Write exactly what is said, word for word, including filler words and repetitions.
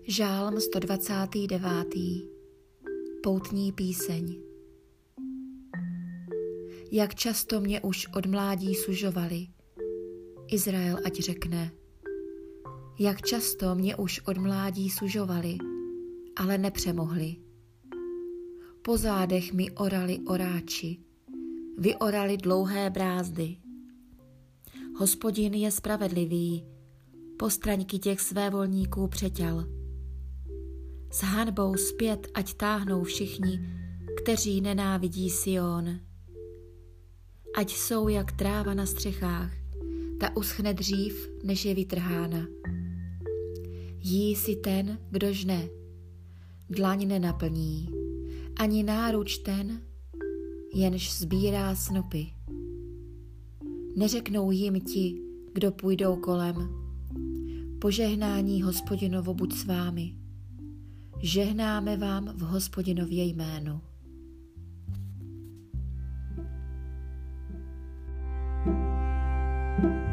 Žálm sto dvacátý devátý. Poutní píseň. Jak často mě už od mládí sužovali, Izrael ať řekne. Jak často mě už od mládí sužovali, ale nepřemohli. Po zádech mi orali oráči, vyorali dlouhé brázdy. Hospodin je spravedlivý, postraňky těch svévolníků přeťal. S hanbou zpět ať táhnou všichni, kteří nenávidí Sion. Ať jsou jak tráva na střechách, ta uschne dřív, než je vytrhána. Jí si ten, kdo žne, dlaň nenaplní, ani náruč ten, jenž sbírá snopy. Neřeknou jim ti, kdo půjdou kolem, požehnání Hospodinovo buď s vámi. Žehnáme vám v Hospodinově jménu. thank you